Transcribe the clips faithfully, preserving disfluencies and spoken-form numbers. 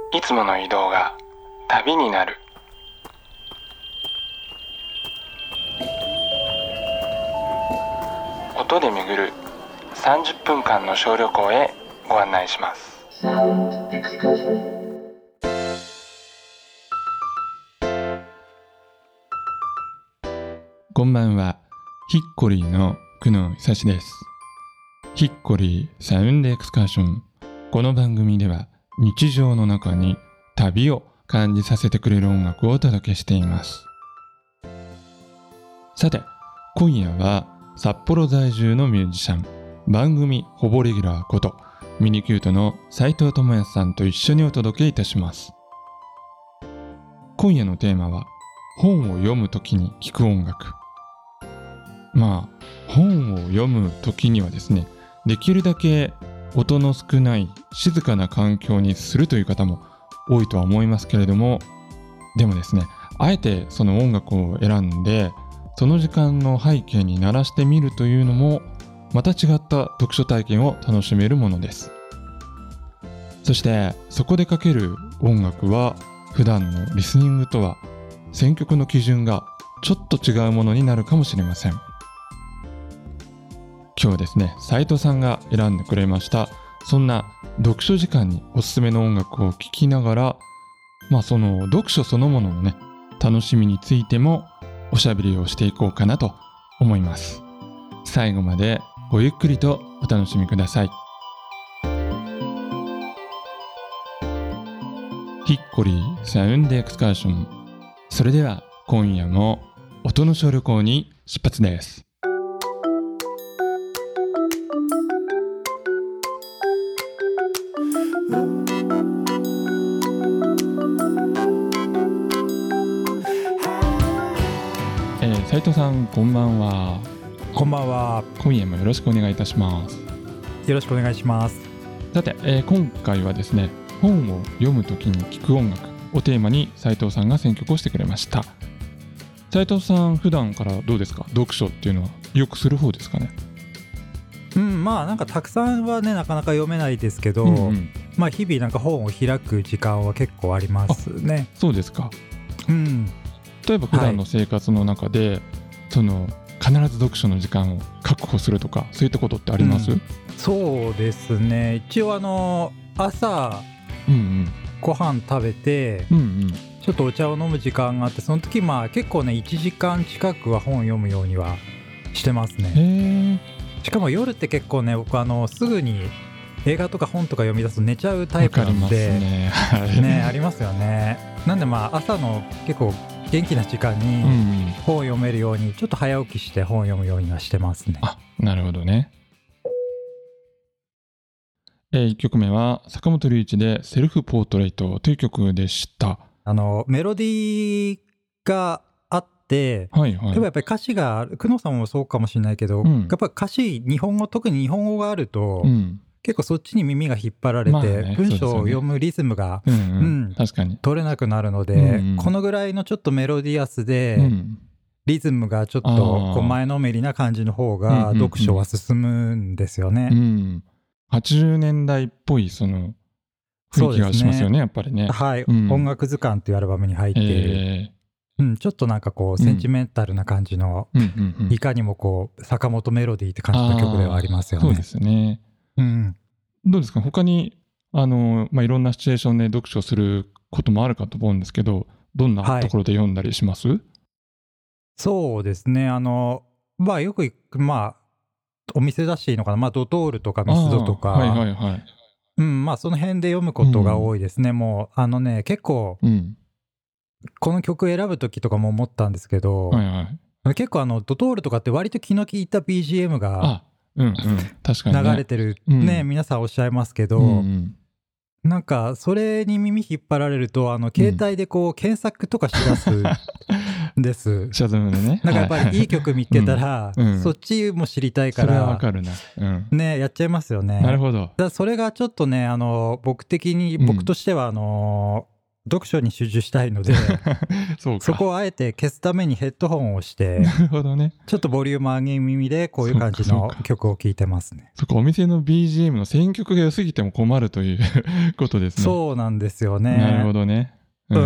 いつもの移動が旅になる。音で巡るさんじゅっぷんかんの小旅行へご案内します。 こんばんは。ヒッコリーの久野久志です。ヒッコリーサウンドエクスカーション。この番組では日常の中に旅を感じさせてくれる音楽をお届けしています。さて、今夜は札幌在住のミュージシャン、番組ほぼレギュラーことミニキュートの斉藤智康さんと一緒にお届けいたします。今夜のテーマは本を読むときに聴く音楽。まあ本を読むときにはですね、できるだけ音の少ない静かな環境にするという方も多いとは思いますけれども、でもですね、あえてその音楽を選んでその時間の背景に鳴らしてみるというのもまた違った読書体験を楽しめるものです。そしてそこでかける音楽は普段のリスニングとは選曲の基準がちょっと違うものになるかもしれません。今日はですね、斉藤さんが選んでくれましたそんな読書時間におすすめの音楽を聴きながら、まあその読書そのもののね楽しみについてもおしゃべりをしていこうかなと思います。最後までごゆっくりとお楽しみください。ヒッコリーサウンドエクスカーション。それでは今夜も音の小旅行に出発です。えー、斉藤さんこんばんは。 こんばんは。 今夜もよろしくお願いいたします。 よろしくお願いします。 さて、えー、今回はですね、本を読むときに聴く音楽をテーマに斉藤さんが選曲をしてくれました。斉藤さん普段からどうですか？読書っていうのはよくする方ですかね？ うん、まあなんかたくさんはねなかなか読めないですけど、うんうん、まあ日々なんか本を開く時間は結構ありますね。 そうですか。 うん。 例えば普段の生活の中で、はい、その必ず読書の時間を確保するとかそういったことってあります？うん、 そうですね。一応あの朝、 うんうん、 ご飯食べて、うんうん、ちょっとお茶を飲む時間があって、その時まあ結構ねいちじかん近くは本を読むようにはしてますね。 へー。 しかも夜って結構ね僕あのすぐに映画とか本とか読み出すと寝ちゃうタイプなんで、 ねね、ありますよね。なんでまあ朝の結構元気な時間に本を読めるようにちょっと早起きして本を読むようにはしてますね。 あ、なるほどね。えー、いっきょくめは坂本龍一でセルフポートレートという曲でした。 あのメロディーがあって、 はいはい、 でもやっぱり歌詞が久野さんもそうかもしれないけど、うん、やっぱり歌詞日本語特に日本語があると、うん、結構そっちに耳が引っ張られて、まあね、文章を読むリズムが、うんうんうん、 確かに取れなくなるので、うんうん、このぐらいのちょっとメロディアスで、うん、リズムがちょっとこう前のめりな感じの方が読書は進むんですよね。 うんうんうん、はちじゅうねんだいっぽいその雰囲気がしますよね、やっぱりね。 はい、うん、音楽図鑑というアルバムに入っている、えーうん、ちょっとなんかこうセンチメンタルな感じの、うんうんうんうん、いかにもこう坂本メロディーって感じの曲ではありますよね。 そうですね、うん、どうですか他にあの、まあ、いろんなシチュエーションで読書することもあるかと思うんですけど、どんなところで読んだりします？はい、 そうですね、あのまあよく行く、まあお店出していいのかな、まあドトールとかミスドとか、 はいはいはい、 うん、まあその辺で読むことが多いですね。うん、もうあのね結構、うん、この曲選ぶ時とかも思ったんですけど、はいはい、結構あのドトールとかって割と気の利いた ビージーエム がうんうん、確かにね、 流れてるね、うん、皆さんおっしゃいますけど、うんうん、なんかそれに耳引っ張られるとあの携帯でこう検索とかしだすんです、うん、 シャズムでね。 なんかやっぱりいい曲見つけたら、うん、そっちも知りたいから、 それはわかるな、うん、 ね、やっちゃいますよね。 なるほど。 だそれがちょっとねあの僕的に僕としてはあの、 読書に集中したいのでそうか、そこをあえて消すためにヘッドホンをしてなるほどね、 ちょっとボリューム上げ耳でこういう感じの曲を聴いてますね。 そっか、お店の ビージーエム の選曲が良すぎても困るということですね。 そうなんですよね。 なるほどね。 うん、うん、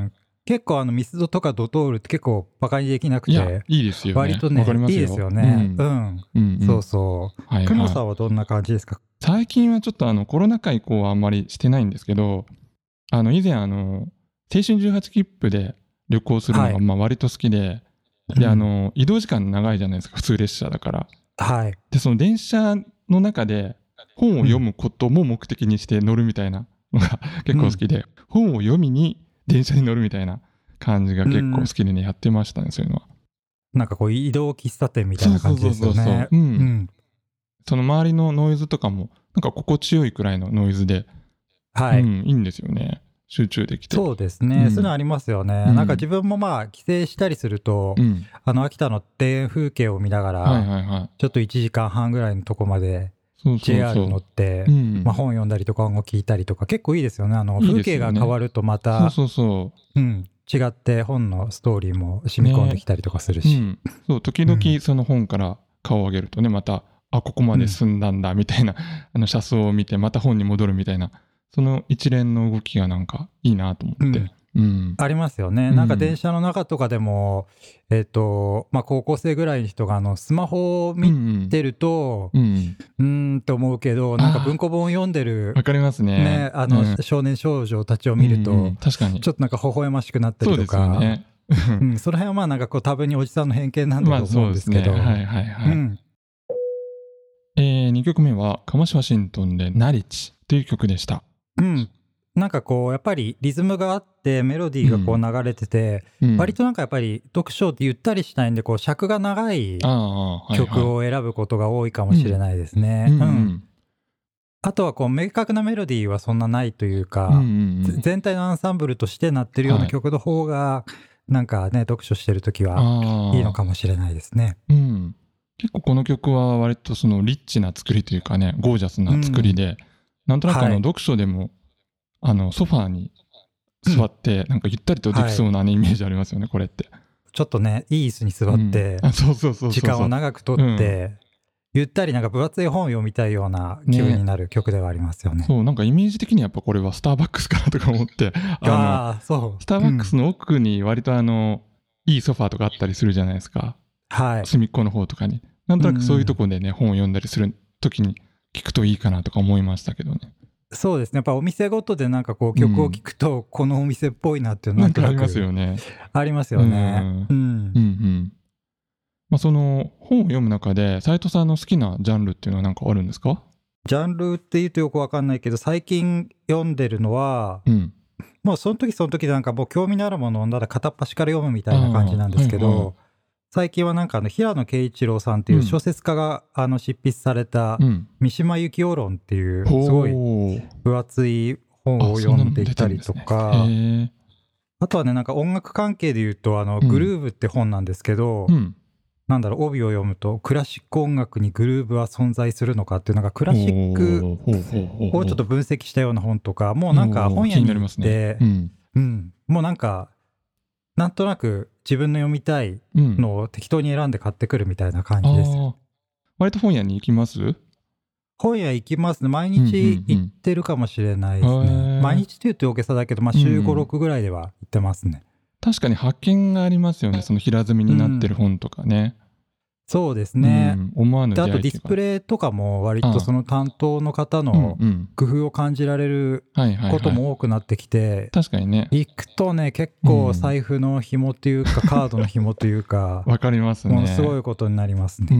結構あのミスドとかドトールって結構バカにできなくて、いやいいですよね、 割とねいいですよね。うん、うんうんうん、そうそう。はいはい、久野さんはどんな感じですか？ 最近はちょっとあのコロナ禍以降はあんまりしてないんですけど、あの以前あの青春じゅうはち切符で旅行するのがまあ割と好きで、はい、であの移動時間長いじゃないですか、普通列車だから。 はい。 でその電車の中で本を読むことも目的にして乗るみたいなのが結構好きで、うん、本を読みに電車に乗るみたいな感じが結構好きでね、うん、やってましたね、そういうのは。 なんかこう移動喫茶店みたいな感じですよね。そうそうそうそう、 うんうん、その周りのノイズとかもなんか心地よいくらいのノイズで、 はい、うん、 いいんですよね、集中できて。 そうですね、うん、そういうのありますよね、うん、なんか自分もまあ帰省したりすると、うん、あの秋田の庭園風景を見ながら、はいはいはい、ちょっといちじかんはんぐらいのとこまでジェイアール 乗って、うん、まあ、本読んだりとか音楽聴いたりとか結構いいですよね。あの風景が変わるとまたそうそうそう、うん、 違って本のストーリーも染み込んできたりとかするし、ね、うん、 そう時々その本から顔を上げるとね、またあここまで進んだんだみたいな、うん、あの車窓を見てまた本に戻るみたいな、その一連の動きがなんかいいなと思って、うんうん、 ありますよね。なんか電車の中とかでも、うん、えっ、ー、とまあ高校生ぐらいの人があのスマホを見てると、うんうん、うーんと思うけど、なんか文庫本を読んでるわかりますね。 ね、あの、うん、少年少女たちを見ると、うんうん、 確かにちょっとなんか微笑ましくなったりとか、 そうですよね。 うん、その辺はまあなんかこう多分におじさんの偏見なんだと思うんですけど、 まあそうですね、はいはいはい。うん、えー、にきょくめはカマシワシントンでナリッチという曲でした。 うん。なんかこうやっぱりリズムがあってメロディーがこう流れてて、うん、割となんかやっぱり読書ってゆったりしたいんでこう尺が長い曲を選ぶことが多いかもしれないですね。うんうんうん、あとはこう明確なメロディーはそんなないというか、うんうんうん、全体のアンサンブルとしてなってるような曲の方がなんかね読書してるときはいいのかもしれないですね。 うん、結構この曲は割とそのリッチな作りというかね、ゴージャスな作りで、うん、なんとなくあの読書でも、はい、あのソファーに座ってなんかゆったりとできそうな、ね、イメージありますよね、はい、これってちょっとねいい椅子に座って時間を長くとってゆったりなんか分厚い本を読みたいような気分になる曲ではありますよね。 そうなんかイメージ的にやっぱこれはスターバックスかなとか思ってああそうスターバックスの奥に割とあの、うん、いいソファーとかあったりするじゃないですか、はい、隅っこの方とかになんとなくそういうとこでね、うん、本を読んだりする時に聞くといいかなとか思いましたけどね。 そうですね、やっぱお店ごとでなんかこう曲を聴くとこのお店っぽいなっていうのはなんとなくありますよね。 ありますよね。うんうんうんうん。 まあ、その本を読む中で斉藤さんの好きなジャンルっていうのは何かあるんですか？ ジャンルっていうとよくわかんないけど最近読んでるのは、うん、もうその時その時でなんかもう興味のあるものをなら片っ端から読むみたいな感じなんですけど、はいはい、最近はなんかあの平野啓一郎さんっていう小説家があの執筆された三島由紀夫論っていうすごい分厚い本を読んでいたりとか、あとはねなんか音楽関係でいうとあのグルーブって本なんですけど、なんだろう帯を読むとクラシック音楽にグルーブは存在するのかっていうのがクラシックをちょっと分析したような本とか、もうなんか本屋に行ってもうなんかなんとなく自分の読みたいのを適当に選んで買ってくるみたいな感じです、うん、 割と本屋に行きます？ 本屋行きますね。毎日行ってるかもしれないですね、うんうんうん、毎日というと大げさだけど、まあ、週ご、ろくぐらいでは行ってますね。 確かに発見がありますよね、その平積みになってる本とかね、うん、 そうですね、 うん、思わぬ出会いであとディスプレイとかも割とその担当の方の工夫を感じられることも多くなってきて、 確かにね行くとね結構財布の紐というか、うん、カードの紐というかわかりますね、 ものすごいことになりますね。 うん、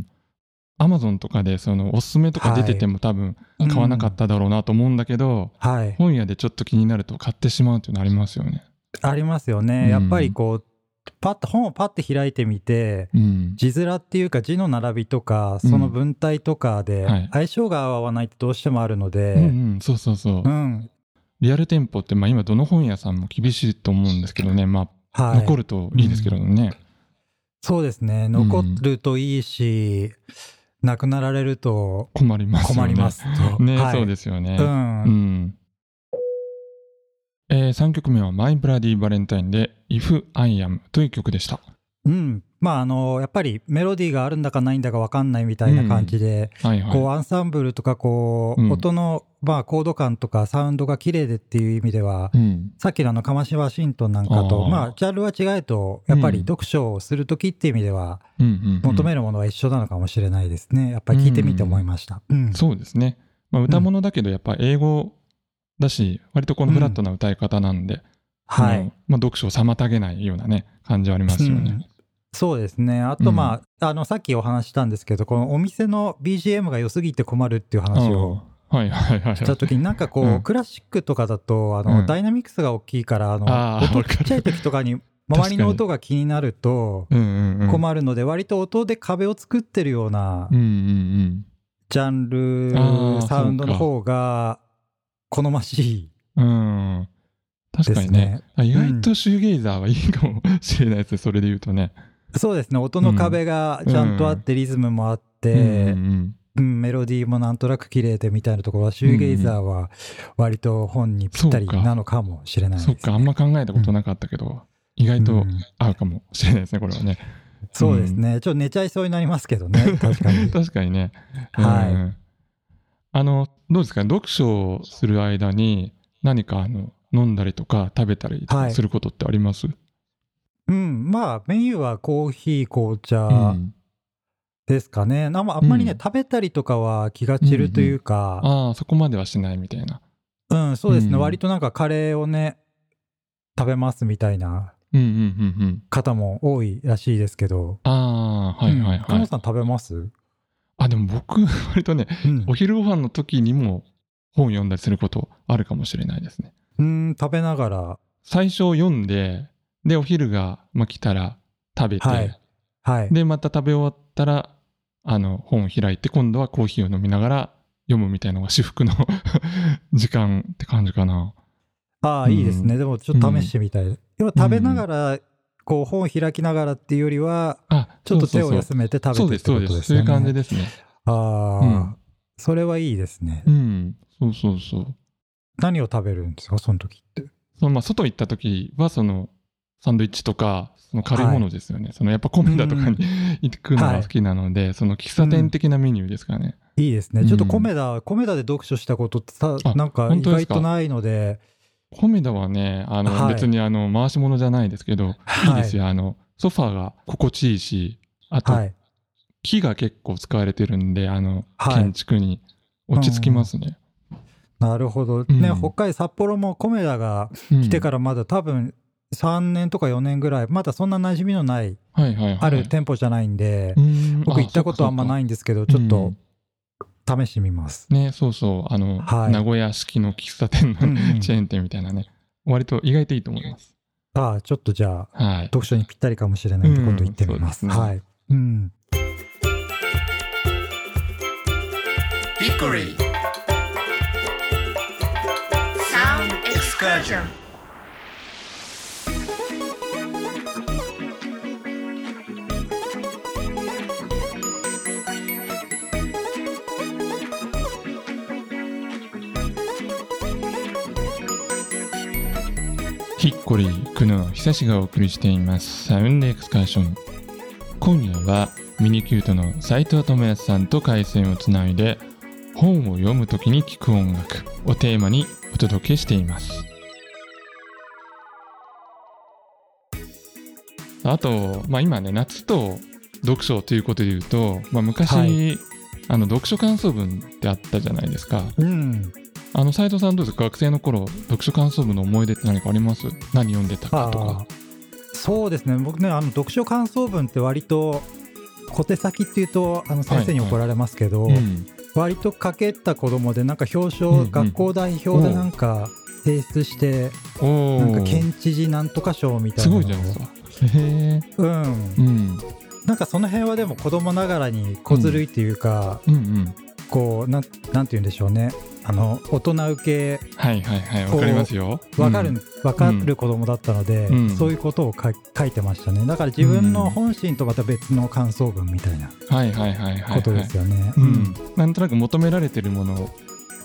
アマゾンとかでそのおすすめとか出てても多分買わなかっただろうなと思うんだけど、はい、本屋でちょっと気になると買ってしまうっていうのありますよね。 ありますよね、うん、やっぱりこうパッと本をパッて開いてみて、うん、字面っていうか字の並びとかその文体とかで相性が合わないってどうしてもあるので、 うんうん、そうそうそう、うん、リアル店舗ってまあ今どの本屋さんも厳しいと思うんですけどね、まあ、はい、残るといいですけどね、うん、 そうですね、残るといいし、うん、なくなられると困りますよね。 困りますとね、はい、そうですよね、うんうん、 えー、さんきょくめは My Bloody Valentine で If I Am という曲でした。 うん、まああのやっぱりメロディーがあるんだかないんだか分かんないみたいな感じで、うんはいはい、こうアンサンブルとかこう、うん、音の、まあ、コード感とかサウンドが綺麗でっていう意味では、うん、さっきのあのカマシワシントンなんかとまあジャンルは違えとやっぱり読書をするときっていう意味では、うん、求めるものは一緒なのかもしれないですね。やっぱり聞いてみて思いました。 うんうん、そうですね、まあ、歌物だけどやっぱ英語だし割とこのフラットな歌い方なんで、はいまあ、読書を妨げないようなね感じはありますよね。 そうですね。あとまあ、うん、あのさっきお話したんですけどこのお店の ビージーエム が良すぎて困るっていう話をした時になんかこう、うん、クラシックとかだとあの、うん、ダイナミクスが大きいからあのあ音ちっちゃい時とかに周りの音が気になると困るので割と音で壁を作ってるようなジャンルサウンドの方が好ましい。 うん確かにね、意外とシューゲイザーはいいかもしれないですね、それで言うとね。 そうですね、音の壁がちゃんとあって、うん、リズムもあって、うんうんうん、メロディーもなんとなく綺麗でみたいなところはシューゲイザーは割と本にぴったりなのかもしれないです、ね、 そっか、あんま考えたことなかったけど、うん、意外と合うかもしれないですね、これはね。 そうですね、うん、ちょっと寝ちゃいそうになりますけどね、確かに。 確かにね。 はい、うん。 あの、どうですかね、読書をする間に何かあの、飲んだりとか食べたりすることってあります？はい、 うん、まあメニューはコーヒー紅茶ですかね、うん、あんまりね、うん、食べたりとかは気が散るというか、 うんうん、ああそこまではしないみたいな。 うんそうですね、うん、割となんかカレーをね食べますみたいな方も多いらしいですけど、 うんうんうんうん、ああはいはいはい。 加納さん食べます？ あでも僕割とね、うん、お昼ご飯の時にも本読んだりすることあるかもしれないですね。 うん、食べながら最初読んででお昼が、まあ、来たら食べて、はいはい、でまた食べ終わったらあの本を開いて今度はコーヒーを飲みながら読むみたいなのが至福の時間って感じかな。 ああ、うん、いいですね。でもちょっと試してみたい、うん、今食べながらこう本を開きながらっていうよりは、うん、ちょっと手を休めて食べてってことですね。そうですそうです、そういう感じですね。ああ、うん、それはいいですね。 うんそうそうそう。 何を食べるんですかその時って？ そのまあ外行った時はそのサンドイッチとかその軽いものですよね、はい、そのやっぱコメダとかに行くのが好きなので、はい、その喫茶店的なメニューですかね、 うん、いいですね。ちょっとコメダ、うん、コメダで読書したことってさなんか意外とないので。 コメダはねあの、はい、別にあの回し物じゃないですけど、はい、いいですよ。あのソファーが心地いいしあと、はい、木が結構使われてるんであの建築に落ち着きますね、うんなるほどね、うん、北海道札幌もコメダが来てからまだ多分さんねんとかよねんぐらいまだそんな馴染みのないある店舗じゃないんで、僕行ったことはあんまないんですけどちょっと試してみます、 うん、ねそうそうあの、はい、名古屋式の喫茶店の、うんうん、チェーン店みたいなね割と意外といいと思います。 ああちょっとじゃあ、はい、読書にぴったりかもしれないってことを言ってみます、うん、そうですね、はいうん、ヒッコリーヒッコリー久野久志がお送りしていますサウンドエクスカーション。今夜はミニキュートの斉藤智康さんと回線をつないで本を読むときに聴く音楽をテーマにお届けしています。あと、まあ、今ね夏と読書ということで言うと、まあ、昔、はい、あの読書感想文ってあったじゃないですか、うん、あの斉藤さんどうですか学生の頃読書感想文の思い出って何かあります？何読んでたかとか。 そうですね僕ねあの読書感想文って割と小手先っていうとあの先生に怒られますけど、はいはいうん、割と書けた子供でなんか表彰、うんうん、学校代表でなんか提出してなんか県知事なんとか賞みたいなのをすごいじゃないですか。へー、うんうん、なんかその辺はでも子供ながらに小ずるいっていうか、うんうんうん、こう な, なんて言うんでしょうねあの大人受けはいはいはいわかりますよわかる、うん、わかる子供だったので、うん、そういうことを書, 書いてましたね。だから自分の本心とまた別の感想文みたいなことですよね。 なんとなく求められてるもの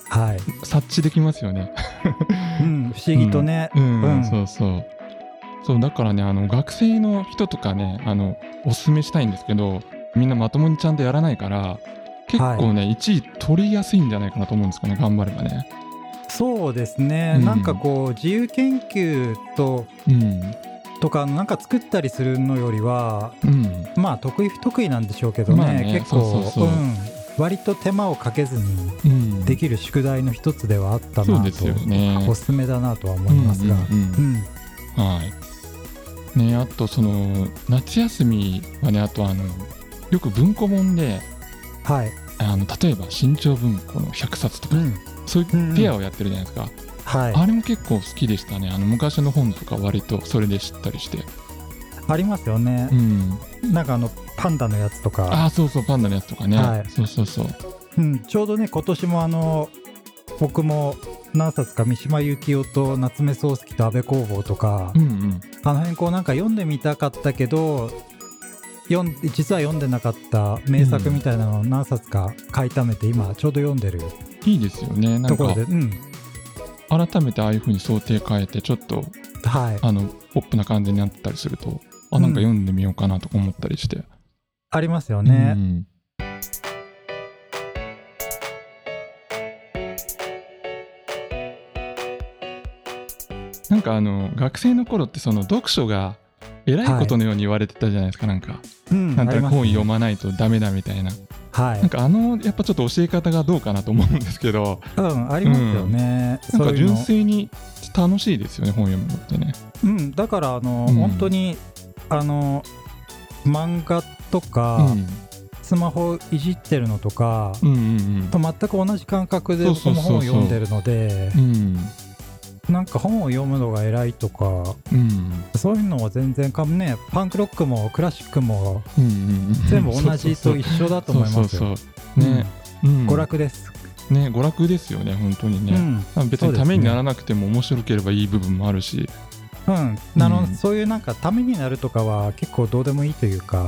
はい、 察知できますよね、 うん、不思議とね、 うんうんうん、そうそうそうだからねあの学生の人とかねあのおすすめしたいんですけど、みんなまともにちゃんとやらないから結構ね、はい、いちい取りやすいんじゃないかなと思うんですかね、頑張ればね。 そうですね、うん、なんかこう自由研究と、うん、とかなんか作ったりするのよりは、うん、まあ得意不得意なんでしょうけどね、まあ、ね結構そうそうそう、うん、割と手間をかけずにできる宿題の一つではあったなと、うん、そうですよね、おすすめだなとは思いますが、うんうんうんうん、 はいね、あとその夏休みはね、あとあのよく文庫本で、はい、あの例えば新潮文庫のひゃくさつとか、うん、そういうペアをやってるじゃないですか、うんうんはい、あれも結構好きでしたね。あの昔の本とか割とそれで知ったりしてありますよね、うん、なんかあのパンダのやつとか、 あそうそうパンダのやつとかね、はい、そうそうそう、 うん、ちょうどね今年もあの僕も何冊か三島由紀夫と夏目漱石と安部公房とか、うんうん、あの辺こうなんか読んでみたかったけど読ん実は読んでなかった名作みたいなのを何冊か買いためて今ちょうど読んでるいいですよね。なんかところで、うん、 改めてああいう風に想定変えてちょっと、はい、あのポップな感じになったりすると、あなんか読んでみようかなとか思ったりして、うん、 ありますよね、うん、 なんかあの学生の頃ってその読書が偉いことのように言われてたじゃないですか、はい、なんか、うん、なんか本読まないとダメだみたいな、はい、なんかあのやっぱちょっと教え方がどうかなと思うんですけど、 うんありますよね、 うん、なんか純粋に楽しいですよね本読むのってね、 うん、だからあの、うん、本当にあの漫画とか、うん、スマホいじってるのとか、うんうんうん、と全く同じ感覚で僕も本を読んでるので、なんか本を読むのが偉いとか、うん、そういうのは全然かもね、パンクロックもクラシックも全部同じと一緒だと思いますよ。娯楽ですね、娯楽ですよね本当にね、うん、別にためにならなくても面白ければいい部分もあるし、 うん、あの、うん、そういうなんかためになるとかは結構どうでもいいというか、うん、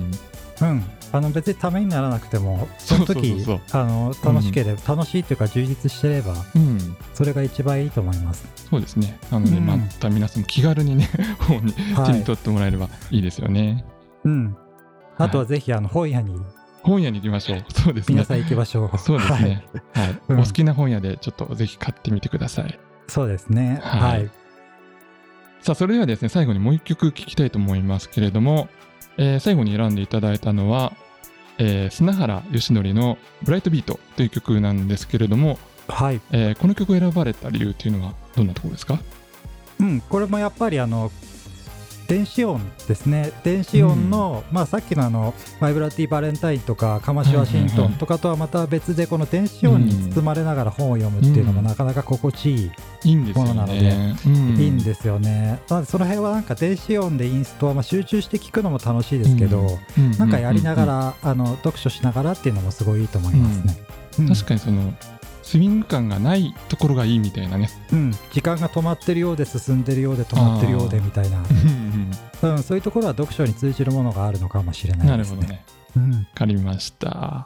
うん、あの別にためにならなくてもその時あの楽しければ、うん、楽しいというか充実してれば、うん、それが一番いいと思います。 そうですね。なので、うん、また皆さんも気軽にね本に手に取ってもらえればいいですよね、はい、うん、 あとはぜひあの本屋に本屋に行きましょう。そうですね。 皆さん行きましょう。 そうですね。はい。はいうん、お好きな本屋でちょっとぜひ買ってみてください。 そうですね。はい。はい、 さあそれではですね、最後にもう一曲聴きたいと思いますけれども、えー、最後に選んでいただいたのは、えー、砂原義則のブライトビートという曲なんですけれども、はい。えー、この曲を選ばれた理由というのはどんなところですか？ うん、これもやっぱりあの。電子音ですね。電子音の、うんまあ、さっきのあのマイブラティバレンタインとかカマシワシントンとかとはまた別でこの電子音に包まれながら本を読むっていうのもなかなか心地いいものなので、いいんですよね。なのでその辺はなんか電子音でインストはまあ集中して聞くのも楽しいですけど、なんかやりながらあの読書しながらっていうのもすごいいいと思いますね。 うん、確かにそのスイング感がないところがいいみたいなね、 うん、時間が止まってるようで進んでるようで止まってるようでみたいな、うん、そういうところは読書に通じるものがあるのかもしれないですね。なるほどね、 うん、分かりました、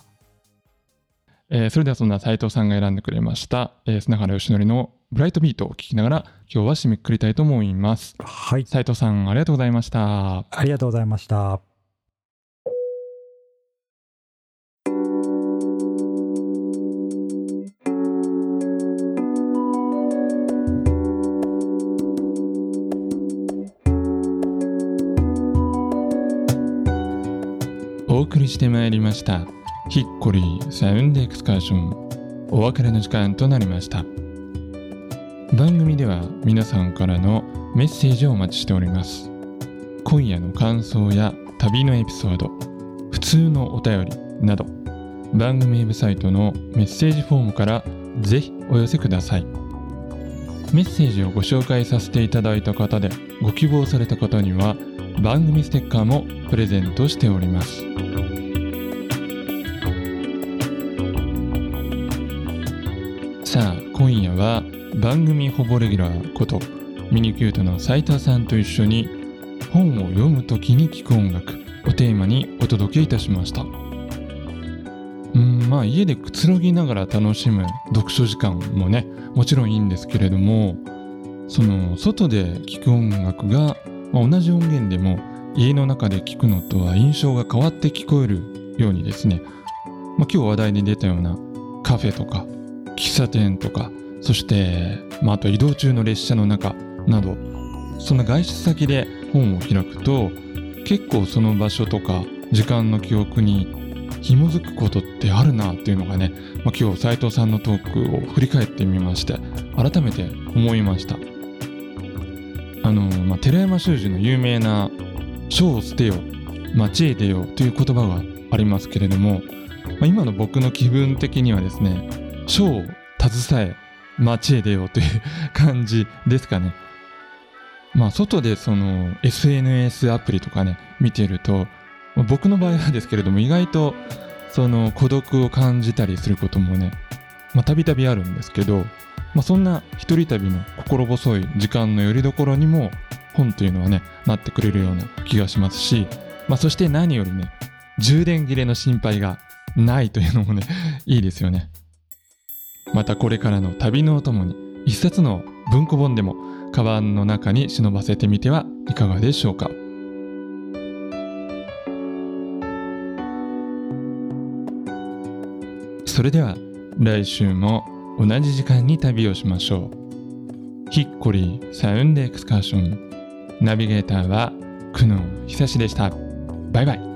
えー、それではそんな斉藤さんが選んでくれました、えー、砂原義則のブライトビートを聴きながら今日は締めくくりたいと思います。はい、斉藤さんありがとうございました。 ありがとうございました。 お送りしてまいりましたヒッコリーサウンドエクスカーション、お別れの時間となりました。番組では皆さんからのメッセージをお待ちしております。今夜の感想や旅のエピソード、普通のお便りなど番組ウェブサイトのメッセージフォームからぜひお寄せください。メッセージをご紹介させていただいた方でご希望された方には番組ステッカーもプレゼントしております。さあ今夜は番組ほぼレギュラーことミニキュートの斉藤さんと一緒に本を読むときに聴く音楽をテーマにお届けいたしました。 うんまあ家でくつろぎながら楽しむ読書時間もねもちろんいいんですけれども、その外で聴く音楽が、まあ、同じ音源でも家の中で聴くのとは印象が変わって聞こえるようにですね、まあ、今日話題に出たようなカフェとか喫茶店とか、そして、まあ、あと移動中の列車の中など、その外出先で本を開くと結構その場所とか時間の記憶に紐づくことってあるなっていうのがね、まあ、今日斉藤さんのトークを振り返ってみまして改めて思いました。あの、まあ、寺山修司の有名な書を捨てよ街へ出よという言葉がありますけれども、まあ、今の僕の気分的にはですね、書を携え街へ出ようという感じですかね。まあ外でその エスエヌエス アプリとかね見てると、まあ、僕の場合はですけれども意外とその孤独を感じたりすることもねまあたびたびあるんですけど、まあ、そんな一人旅の心細い時間の拠り所にも本というのはねなってくれるような気がしますし、まあ、そして何よりね充電切れの心配がないというのもねいいですよね。またこれからの旅のお供に一冊の文庫本でもカバンの中に忍ばせてみてはいかがでしょうか。それでは来週も同じ時間に旅をしましょう。ヒッコリーサウンドエクスカーション、ナビゲーターは久野久志でした。バイバイ。